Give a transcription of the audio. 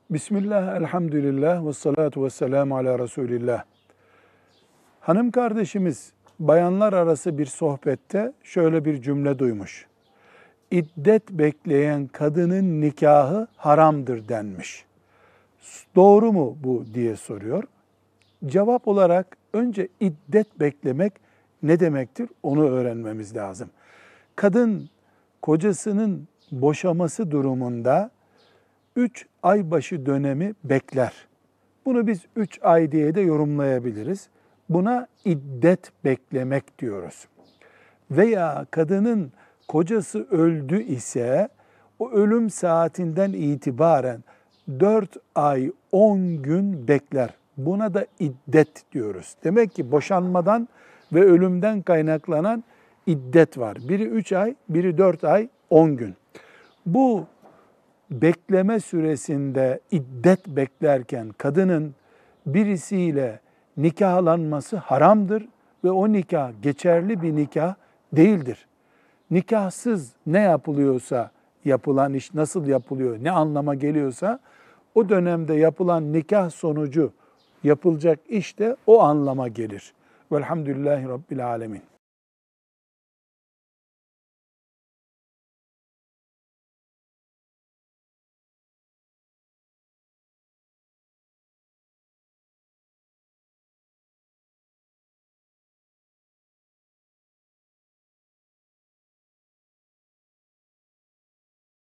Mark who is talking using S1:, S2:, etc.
S1: Bismillah, elhamdülillah, ve salatu ve selamu ala Resulillah. Hanım kardeşimiz bayanlar arası bir sohbette şöyle bir cümle duymuş. İddet bekleyen kadının nikahı haramdır denmiş. Doğru mu bu diye soruyor. Cevap olarak önce iddet beklemek ne demektir onu öğrenmemiz lazım. Kadın kocasının boşaması durumunda 3 ay başı dönemi bekler. Bunu biz 3 ay diye de yorumlayabiliriz. Buna iddet beklemek diyoruz. Veya kadının kocası öldü ise o ölüm saatinden itibaren 4 ay 10 gün bekler. Buna da iddet diyoruz. Demek ki boşanmadan ve ölümden kaynaklanan iddet var. Biri 3 ay, biri 4 ay 10 gün. Bu bekleme süresinde iddet beklerken kadının birisiyle nikahlanması haramdır ve o nikah geçerli bir nikah değildir. Nikahsız ne yapılıyorsa, yapılan iş nasıl yapılıyor, ne anlama geliyorsa o dönemde yapılan nikah sonucu yapılacak iş de o anlama gelir. Velhamdülillahi Rabbil Alemin.